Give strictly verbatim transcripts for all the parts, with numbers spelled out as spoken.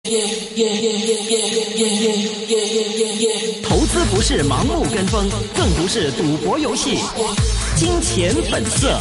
投资不是盲目跟风，更不是赌博游戏。金钱本色。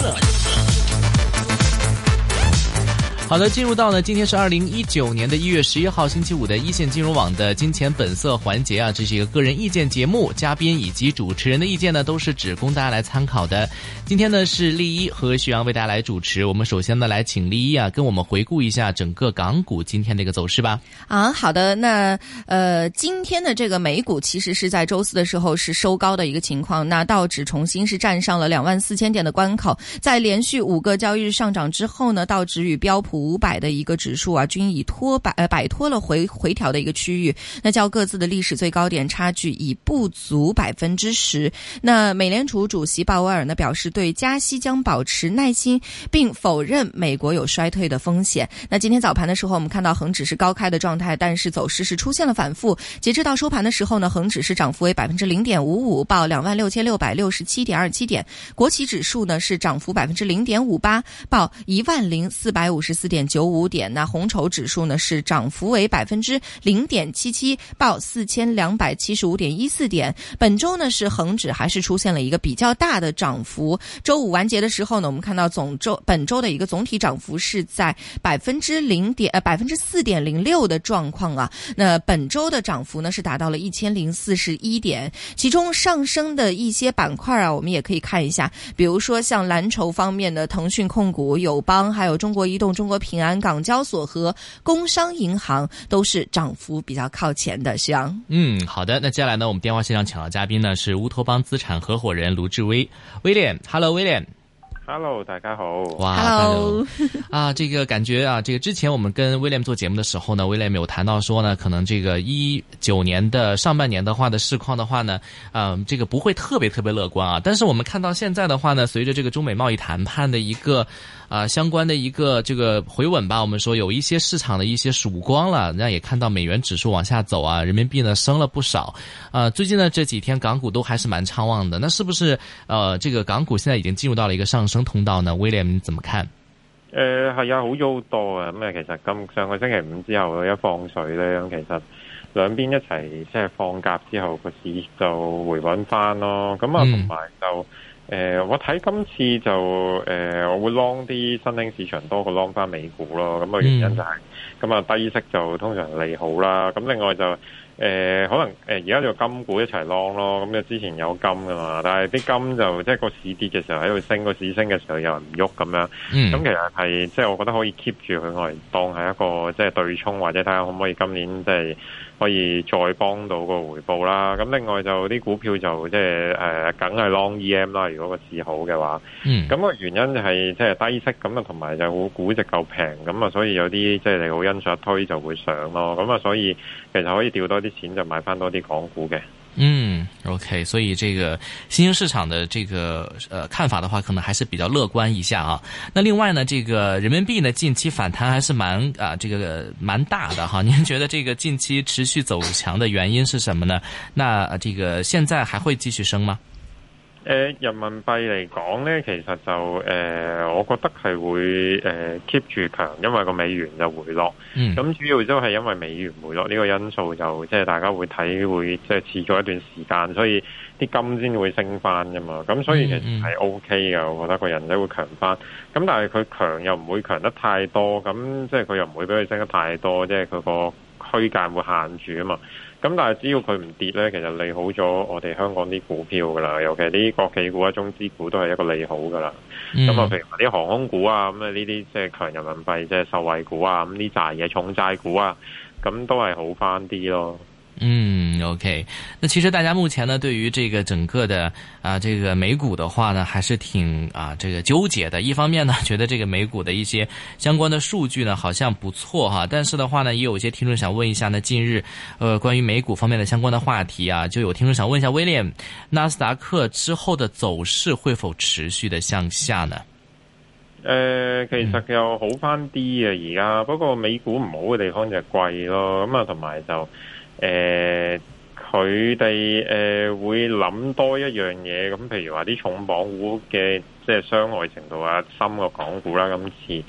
好的，进入到呢，今天是二零一九年的一月十一号星期五的一线金融网的金钱本色环节啊，这是一个个人意见节目，嘉宾以及主持人的意见呢都是只供大家来参考的。今天呢是立一和徐阳为大家来主持，我们首先呢来请立一啊跟我们回顾一下整个港股今天的一个走势吧。 啊，好的，那呃今天的这个美股其实是在周四的时候是收高的一个情况，那道指重新是站上了两万四千点的关口，在连续五个交易日上涨之后呢，道指与标普五百的一个指数啊，均已脱摆呃摆脱了回回调的一个区域，那较各自的历史最高点差距已不足百分之十。那美联储主席鲍威尔呢表示，对加息将保持耐心，并否认美国有衰退的风险。那今天早盘的时候，我们看到恒指是高开的状态，但是走势是出现了反复。截至到收盘的时候呢，恒指是涨幅为百分之零点五五，报两万六千六百六十七点二七点。国企指数呢是涨幅百分之零点五八，报一万零四百五十四点九五点。那红筹指数呢是涨幅为百分之零点七七，报四千两百七十五点一四点。本周呢是恒指还是出现了一个比较大的涨幅。周五完结的时候呢，我们看到总周本周的一个总体涨幅是在百分之零点呃百分之四点零六的状况啊。那本周的涨幅呢是达到了一千零四十一点，其中上升的一些板块啊，我们也可以看一下，比如说像蓝筹方面的腾讯控股、友邦，还有中国移动、中国平安、港交所和工商银行都是涨幅比较靠前的。徐阳， 嗯，好的，那接下来呢，我们电话线上请到嘉宾呢是乌托邦资产合伙人卢志威，威廉 ，Hello， 威廉。 Hello， 大家好。 哇 ，Hello， 啊，这个感觉啊，这个之前我们跟威廉做节目的时候呢，威廉有谈到说呢，可能这个一九年的上半年的话的市况的话呢，嗯、呃，这个不会特别特别乐观啊。但是我们看到现在的话呢，随着这个中美贸易谈判的一个啊、呃、相关的一个这个回稳吧，我们说有一些市场的一些曙光了，那也看到美元指数往下走啊，人民币呢升了不少。啊、呃，最近呢这几天港股都还是蛮畅旺的。那是不是呃这个港股現在已經進入到了一個上升通道呢？威廉你怎麼看？ 誒係啊，好咗好多啊！咁啊，其實今上個星期五之後一放水咧，咁其實兩邊一齊即係放鴿之後，個市就回穩翻咯。咁啊，同埋就誒、呃，我睇今次就誒、呃，我會 long 啲新興市場多過 long 翻美股咯。咁啊原因就係咁啊低息就通常利好啦。咁另外就誒、呃、可能誒而家就金股一齊 long 咯，咁就之前有金噶嘛，但係啲金就即係個市跌嘅時候喺度升，個市升嘅時候有人唔喐咁樣，咁、嗯、其實係即係我覺得可以 keep 住佢，我嚟當係一個即係對沖，或者睇下可唔可以今年即係可以再幫到個回報啦。咁另外就啲股票就即係誒梗係 long E M 啦，如果個市好嘅話，咁、嗯、個原因就係即係低息咁啊，同埋就估值夠平咁啊，所以有啲即係利好因素一推就會上咯。咁啊，所以其實可以調多啲錢就買翻多啲港股嘅。 嗯 ，OK， 所以這個新興市場的這個呃看法的話，可能還是比較樂觀一下啊。那另外呢，這個人民幣呢近期反彈還是蠻啊這個蠻大的哈。您覺得這個近期持續走強的原因是什麼呢？那這個現在還會繼續升嗎？ 誒、呃、人民幣嚟講咧，其實就誒、呃，我覺得係會誒、呃、keep 住強，因為個美元就回落。嗯，咁主要都係因為美元回落呢個因素就，就即係大家會睇會即係持續一段時間，所以啲金先會升翻㗎嘛。咁所以其實係 OK 嘅，嗯嗯，我覺得個人都會強翻。咁但係佢強又唔會強得太多，咁即係佢又唔會俾佢升得太多，即係佢個區間會限住啊嘛。咁但係只要佢唔跌咧，其實利好咗我哋香港啲股票噶啦，尤其啲國企股啊、中資股都係一個利好噶啦。咁、嗯、啊，譬如話啲航空股啊，咁啊呢啲即係強人民幣即係受惠股啊，咁呢扎嘢重債股啊，咁都係好翻啲咯。 嗯 ，OK， 那其實大家目前呢，對於這個整個的啊，這個美股的話呢，還是挺啊，這個糾結的。一方面呢，覺得這個美股的一些相關的數據呢，好像不錯哈，但是的話呢，也有一些聽眾想問一下呢，近日，呃，關於美股方面的相關的話題啊，就有聽眾想問一下威廉，納斯達克之後的走勢會否持續的向下呢？ 誒、呃，其實又好翻啲啊，而家不過美股唔好嘅地方就係貴咯，咁啊，同埋就。誒佢哋誒會諗多一樣嘢，咁譬如話啲重磅股嘅即係傷害程度啊深過港股啦，今次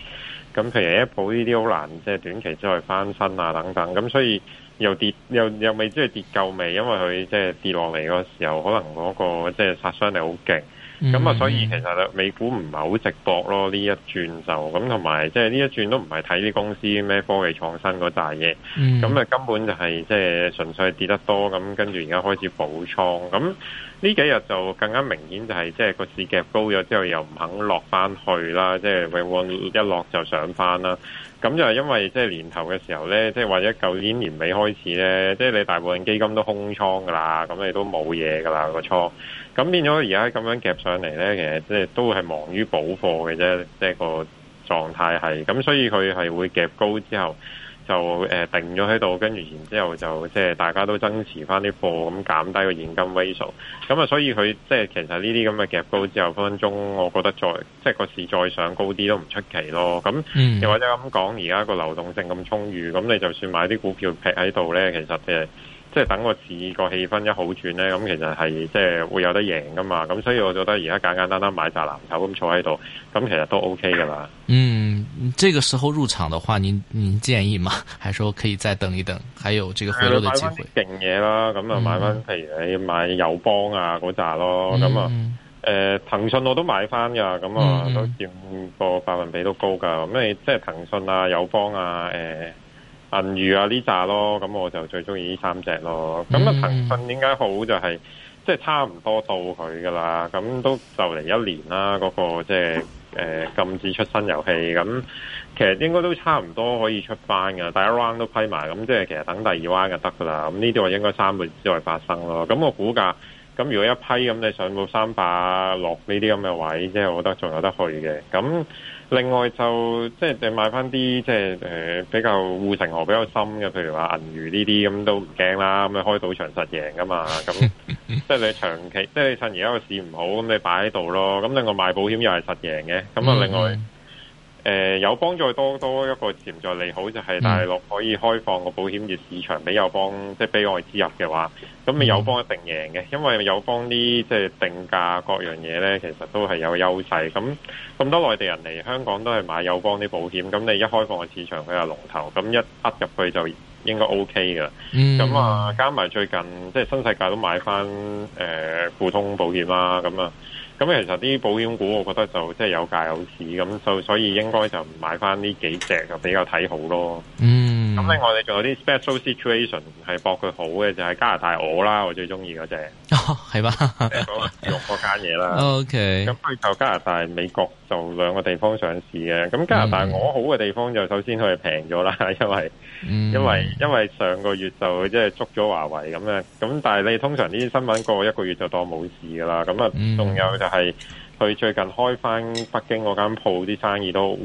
咁譬如 Apple 呢啲好難即係短期之內翻身啊等等，咁所以又跌又又未知係跌夠未，因為佢即係跌落嚟嗰時候，可能嗰個即係殺傷力好勁。咁啊，嗯、所以其實美股唔係好直博咯，呢一轉就咁，同埋即係呢一轉都唔係睇啲公司咩科技創新嗰扎嘢，咁啊、嗯、根本就係即係純粹跌得多，咁跟住而家開始補倉，咁呢幾日就更加明顯就係即係個市夾高咗之後又唔肯落翻去啦，即係永遠一落就上翻啦。咁就係因為即係年頭嘅時候咧，即係或者舊年年尾開始咧，即係你大部分基金都空倉噶啦，咁你都冇嘢噶啦個倉。咁變咗而家咁樣夾上嚟咧，其實即係都係忙於補貨嘅啫，即係個狀態係。咁所以佢係會夾高之後就誒、呃、定咗喺度，跟住然之後就即係大家都增持翻啲貨，咁減低個現金 ratio。咁啊，所以佢即係其實呢啲咁嘅夾高之後分分鐘，我覺得再即係個市再上高啲都唔出奇咯。咁又、嗯、或者咁講，而家個流動性咁充裕，咁你就算買啲股票劈喺度咧，其實誒。即係等個市個氣氛一好轉咧，咁其實係即係會有得贏噶嘛，咁所以我覺得而家簡簡單單買紮藍籌咁坐喺度，咁其實都 OK 噶啦。 嗯，這個時候入場的話，您您建議嗎？還是說可以再等一等，還有這個回落的機會？ 買翻勁嘢啦，咁啊買翻，譬如你買友邦啊嗰紮咯，咁啊誒騰訊我都買翻噶，咁啊都佔個百分比都高噶，咁你即係騰訊啊、友邦啊、誒、呃。銀娛啊呢扎咯，咁我就最中意呢三隻咯。咁啊騰訊點解好就係即係差唔多到佢噶啦，咁都就嚟一年啦。嗰、那個即係誒禁止出新遊戲，咁其實應該都差唔多可以出翻噶。第一 round 都批埋，咁即係其實等第二 round 就得噶啦。咁呢啲話應該三個月之內發生咯。咁個股價咁如果一批咁你上到三百六呢啲咁嘅位，即係我覺得仲有得去嘅。咁另外就即係你買翻啲即係誒、呃、比較護城河比較深嘅，譬如話銀娛呢啲咁都唔驚啦，咁你開賭場實贏噶嘛，咁即係你長期即係你趁而家個市唔好，咁你擺喺度咯。咁另外賣保險又係實贏嘅，咁啊另外誒友邦再多多一個潛在利好就係大陸可以開放個保險業市場俾友邦，即係俾外資入嘅話，咁你友邦一定贏嘅，因為友邦啲即係定價各樣嘢咧，其實都係有優勢。咁咁多內地人嚟香港都係買友邦啲保險，咁你一開放個市場佢係龍頭，咁一呃入去就應該 OK 噶。咁、嗯、啊加埋最近即係新世界都買翻誒富通保險啦，咁啊。咁其實啲保險股，我覺得就即係有價有市，咁就所以應該就買翻呢幾隻就比較睇好咯。嗯，咁另外你仲有啲 special situation 係博佢好嘅，就係、是、加拿大鵝啦，我最中意嗰隻。哦， 係嘛？ 誒，嗰個嗰間嘢啦。OK。咁佢就加拿大、美國就兩個地方上市嘅。咁加拿大鵝好嘅地方就首先佢係平咗啦，因為、嗯、因為因為上個月就即係捉咗華為咁樣。咁但係你通常呢啲新聞過一個月就當冇事噶啦。咁啊，仲有就係佢最近開翻北京嗰間鋪啲生意都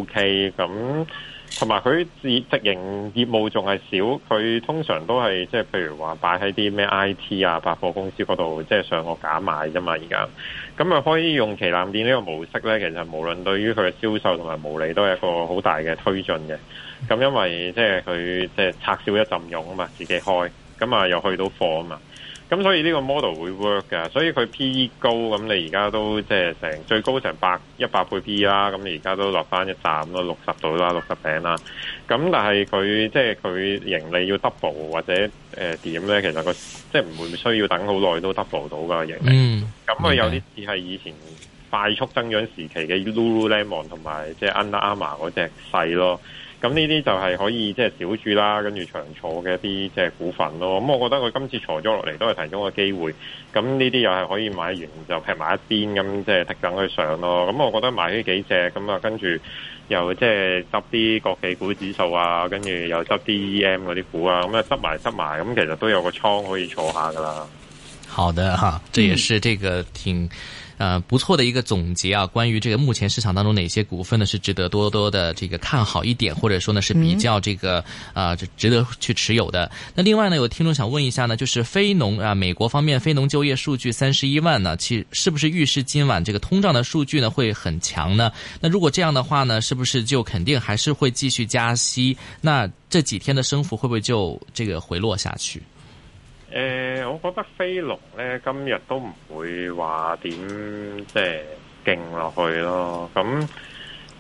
OK 咁。同埋佢自直營業務仲係少，佢通常都係即係譬如話擺喺啲咩 I T 啊、百貨公司嗰度，即係上個價賣啫嘛。而家咁啊，可以用旗艦店呢個模式咧，其實無論對於佢嘅銷售同埋毛利都係一個好大嘅推進嘅。咁因為即係佢即係拆少一陣用啊嘛，自己開，咁啊又去到貨啊嘛。咁所以呢個 model 會 work 㗎，所以佢 P E 高，咁你而家都即係成最高成百一百倍 P E 啦，咁你而家都落翻一站咯，六十度啦，六十頂啦。咁但係佢即係佢盈利要 double 或者誒點咧，其實個即係唔會需要等好耐都 double 到噶盈利。嗯，咁佢有啲似係以前快速增長時期嘅 Lululemon 同埋即係 Under Armour 嗰隻細咯。咁呢啲就係可以即係小注啦，跟住長坐嘅一啲即係股份咯。咁我覺得佢今次坐咗落嚟都係提供個機會。咁呢啲又係可以買完就劈埋一邊，咁即係等佢上咯。咁我覺得買呢幾隻，咁啊跟住又即係執啲國企股指數啊，跟住又執啲 E M 嗰啲股啊，咁啊執埋執埋，咁其實都有個倉可以坐下噶啦。 好的哈，這也是這個挺。呃，不錯的一個總結啊，關於這個目前市場當中哪些股份呢是值得多多的這個看好一點，或者說呢是比較這個啊、呃、值得去持有的。那另外呢，有聽眾想問一下呢，就是非農啊，美國方面非農就業數據三十一萬呢，其是不是預示今晚這個通脹的數據呢會很強呢？那如果這樣的話呢，是不是就肯定還是會繼續加息？那這幾天的升幅會不會就這個回落下去？ 誒、呃，我覺得飛龍咧今日都唔會話點即係勁落去咯。咁誒、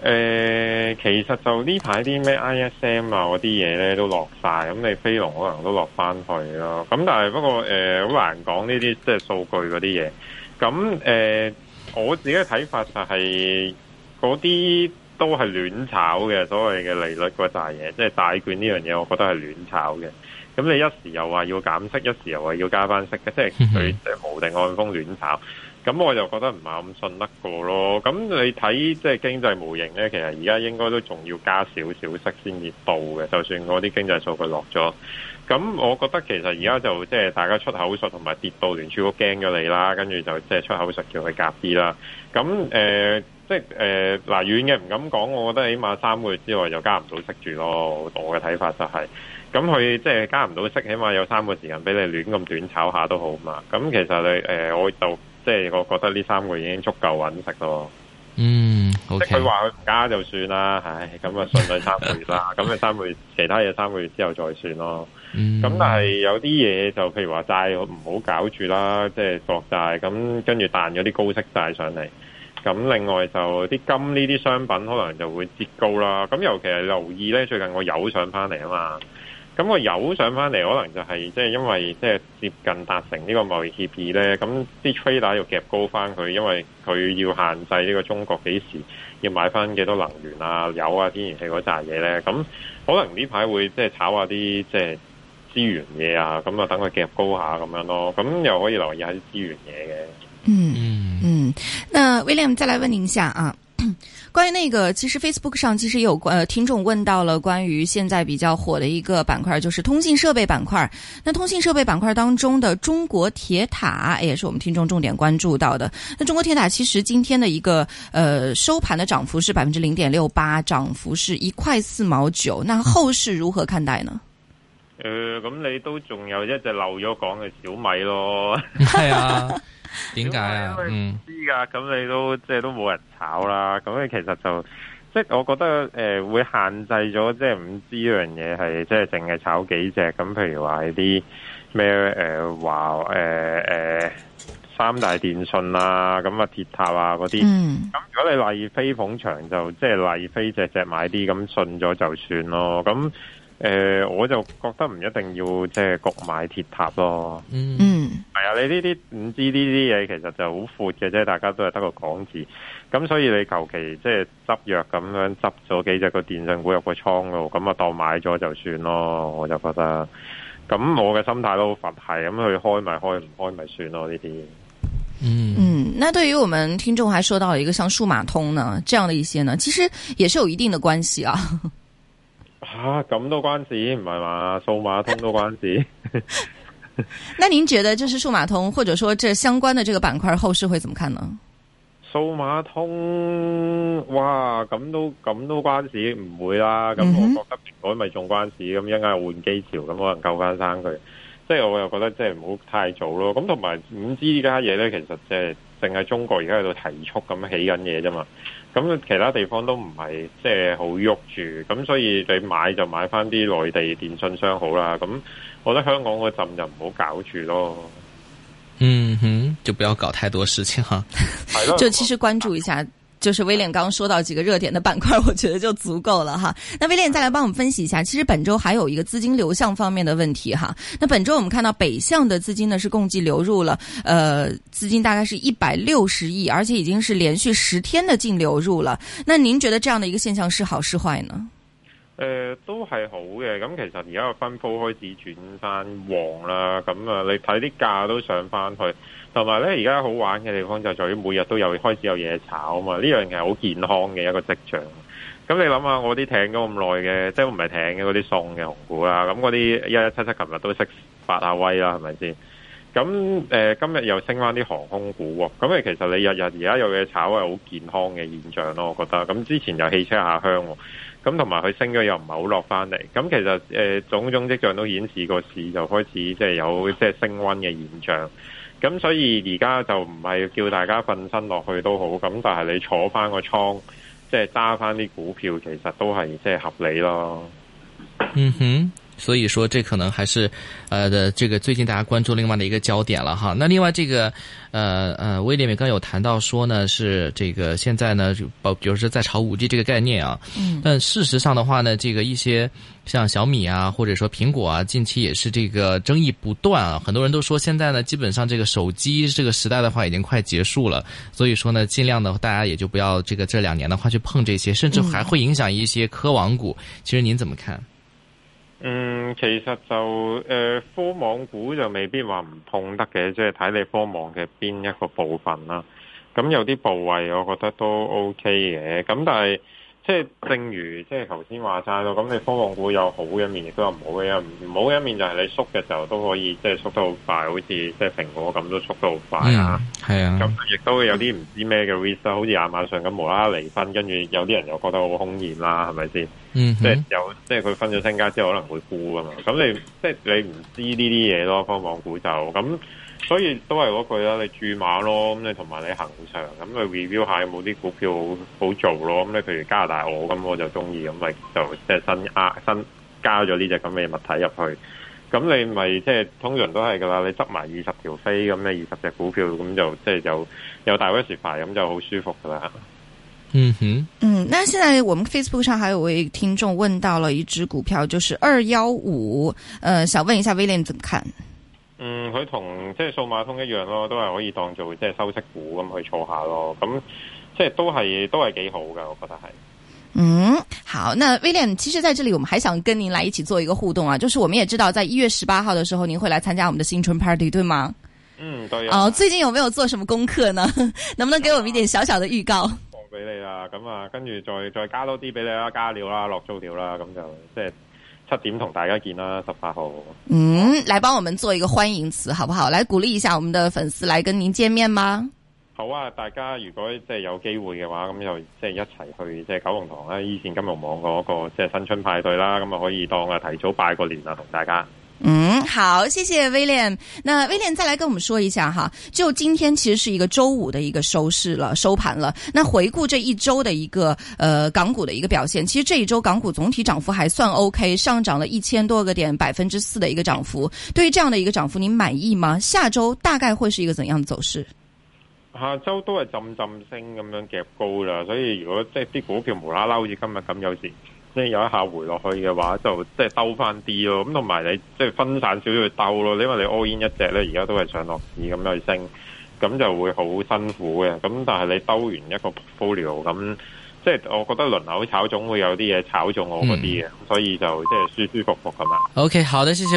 誒，其實就呢排啲咩 I S M 啊嗰啲嘢咧都落晒，咁你飛龍可能都落翻去咯。咁但係不過誒好難講呢啲即係數據嗰啲嘢。咁誒、呃，我自己嘅睇法就係嗰啲都係亂炒嘅，所謂嘅利率嗰扎嘢，即係債券呢樣嘢，我覺得係亂炒嘅。咁你一時又話要減息，一時又話要加翻息嘅，即係佢誒無定岸風亂炒。咁我就覺得唔係咁信得過咯。咁你睇即係經濟模型咧，其實而家應該都仲要加少少息先至到嘅。就算嗰啲經濟數據落咗，咁我覺得其實而家就即係大家出口術同埋跌到聯儲局驚咗你啦，跟住就即係出口術叫佢夾啲啦。咁誒、呃，即係誒嗱遠嘅唔敢講，我覺得起碼三個月之內就加唔到息住咯。我嘅睇法就係、是，咁佢即係加唔到息，起碼有三個時間俾你亂咁短炒下都好嘛。咁其實你誒、呃，我就。即係我覺得呢三個月已經足夠揾食咯。 嗯，即係佢話佢唔加就算啦，唉，咁啊順佢三個月啦。咁啊三個月，其他嘢三個月之後再算咯。咁、嗯、但係有啲嘢就譬如話債唔好搞住啦，即係國債，咁跟住彈咗啲高息債上嚟。咁另外就啲金呢啲商品可能就會折高啦。咁尤其係留意咧，最近個油上翻嚟啊嘛。咁個油上翻嚟，可能就係即係因為即係接近達成呢個貿易協議咧，咁啲 trader 要夾高翻佢，因為佢要限制呢個中國幾時要買翻幾多能源啊、油啊、天然氣嗰扎嘢咧，咁可能呢排會即係炒下啲即係資源嘢啊，咁啊等佢夾高下咁樣咯，咁又可以留意下啲資源嘢嘅。 嗯嗯嗯，那 William 再來問您一下啊。關於那個，其實 Facebook 上其實有呃聽眾問到了關於現在比較火的一個板塊，就是通信設備板塊。那通信設備板塊當中的中國鐵塔，也是我們聽眾重點關注到的。那中國鐵塔其實今天的一個呃收盤的漲幅是百分之零點六八，漲幅是一塊四毛九。那後市如何看待呢？ 誒，咁你都仲有一隻漏咗講嘅小米咯， 係啊。點解啊？ 嗯，知噶，咁你都即係都冇人炒啦。咁你其實就即係我覺得誒、呃、會限制咗即係五 G 呢樣嘢係即係淨係炒幾隻。咁譬如話啲咩誒華誒誒三大電信啊，咁啊鐵塔啊嗰啲。咁、嗯、如果你麗飛捧場就即係麗飛隻隻買啲，咁信咗就算咯。咁誒、呃，我就覺得唔一定要即係焗買鐵塔咯。嗯，係啊，你呢啲五 G呢啲嘢其實就好闊嘅啫，大家都係得個講字。咁所以你求其即係執藥咁樣執咗幾隻個電信股入個倉咯，咁啊當買咗就算咯。我就覺得，咁我嘅心態都好佛系，咁去開咪開，唔開咪算咯呢啲。 嗯嗯，那對於我們聽眾還說到一個像數碼通呢，這樣的一些呢，其實也是有一定的關係啊。 吓，咁都關事，唔係嘛？數碼通都關事。 那您覺得，就是數碼通，或者說這相關的這個板塊後市會怎麼看呢？ 數碼通，哇，咁都咁都關事，唔會啦。咁我覺得蘋果咪仲關事，咁一陣間換機潮，咁可能救翻生佢。即係我又覺得即係唔好太早咯。咁同埋五 G 呢家嘢咧，其實即係淨係中國而家喺度提速咁起緊嘢啫嘛。咁其他地方都唔係即係好喐住，咁所以你買就買翻啲內地電信商好啦。咁我覺得香港嗰陣就唔好搞住咯。 嗯哼，就不要搞太多事情哈。 係咯， 就其實關注一下。就是威廉剛剛說到幾個熱點的板塊，我覺得就足夠了哈。那威廉再來幫我們分析一下，其實本周還有一個資金流向方面的問題哈。那本周我們看到北向的資金呢是共計流入了，呃，資金大概是一百六十億，而且已經是連續十天的淨流入了。那您覺得這樣的一個現象是好是壞呢？ 誒、呃，都係好嘅。咁其實而家個分鋪開始轉翻旺啦，咁啊，你睇啲價都上翻去。同埋咧，而家好玩嘅地方就在於每日都有開始有嘢炒啊嘛，呢樣嘢係好健康嘅一個跡象。咁你諗下，我啲艇咗咁耐嘅，即係唔係艇嘅嗰啲送嘅紅股啦，咁嗰啲一一七七琴日都識發下威啦，係咪先？咁誒、呃，今日又升翻啲航空股喎，咁誒，其實你日日而家有嘢炒係好健康嘅現象咯，我覺得。咁之前又汽車下鄉喎，咁同埋佢升咗又唔係好落翻嚟，咁其實誒、呃、種種跡象都顯示個市就開始即係有即係升溫嘅現象。咁所以而家就唔係叫大家瞓身落去都好，咁但係你坐翻個倉，即係揸翻啲股票，其實都係即係合理咯。 嗯哼。 所以說這可能還是呃的這個最近大家關注另外的一個焦點了哈。那另外這個呃呃威廉也剛有談到說呢，是這個現在呢包比如說在炒 五 G 這個概念啊，嗯，但事實上的話呢，這個一些像小米啊或者說蘋果啊近期也是這個爭議不斷啊，很多人都說現在呢基本上這個手機這個時代的話已經快結束了，所以說呢盡量的大家也就不要這個這兩年的話去碰這些，甚至還會影響一些科網股，其實您怎麼看？ 嗯，其實就誒、呃、科網股就未必話唔碰得嘅，即係睇你科網嘅邊一個部分啦。咁有啲部位我覺得都 OK 嘅，咁但係即係正如即係頭先話齋咯，咁你科網股有好嘅一面，亦都有唔好嘅一面。唔好嘅一面就係你縮嘅時候都可以即係縮得好快，好似即係蘋果咁都縮得好快啊。係啊，咁亦都會有啲唔知咩嘅 risk，好似亞馬遜咁無啦啦離婚，跟住有啲人又覺得好兇險啦，係咪先？嗯，即係有，即係佢分咗身家之後可能會沽㗎嘛。咁你即係你唔知呢啲嘢咯，科網股就咁，所以都係嗰句啦，你注碼咯，咁你同埋你恒常咁去 review 下有冇啲股票好好做咯。咁你譬如加拿大我咁我就中意，咁咪就即係新壓新加咗呢隻咁嘅物體入去。咁你咪即係通常都係㗎啦，你執埋二十條飛咁，你二十隻股票咁就即係就有大 diversify 咁就好舒服㗎啦。 嗯哼， 嗯，那現在我們 Facebook 上還有位聽眾問到了一支股票，就是二一五，呃，想問一下 William 怎麼看？ 嗯，佢同即係數碼通一樣咯，都係可以當做即係收息股咁去坐下咯。咁即係都係都係幾好㗎，我覺得係。 嗯，好，那 William，其實在這裡我們還想跟您來一起做一個互動啊，就是我們也知道在一月十八號的時候，您會來參加我們的新春 party， 對嗎？嗯，對。哦，最近有沒有做什麼功課呢？能不能給我們一點小小的預告？俾你啦，咁啊，跟住再再加多啲俾你啦，加料啦，落租料啦，咁就即係七點同大家見啦，十八號。嗯，來幫我們做一個歡迎詞，好不好？來鼓勵一下我們的粉絲來跟您見面嗎？好啊，大家如果即係有機會嘅話，咁就即係一齊去即係九龍塘啦，以前金融網嗰個即係新春派對啦，咁啊可以當啊提早拜個年啦，同大家。嗯，好，謝謝 William。那 William 再來跟我們說一下哈，就今天其實是一個周五的一個收市了，收盤了。那回顧這一周的一個呃港股的一個表現，其實這一周港股總體漲幅還算 OK， 上漲了一千多個點，百分之四的一個漲幅。對於這樣的一個漲幅，您滿意嗎？下周大概會是一個怎樣的走勢？下周都係浸浸升咁樣夾高啦，所以如果即係啲股票無啦啦好似今日咁，有時即係有一下回落去嘅話，就即係兜翻啲咯。咁同埋你即係分散少少去兜咯，因為你 all in 一隻咧，而家都係上落市咁樣去升，咁就會好辛苦嘅。咁但係你兜完一個 portfolio 咁，即係我覺得輪流炒總會有啲嘢炒中我嗰啲嘅，所以就即係舒舒服服咁啦。OK， 好的，謝謝。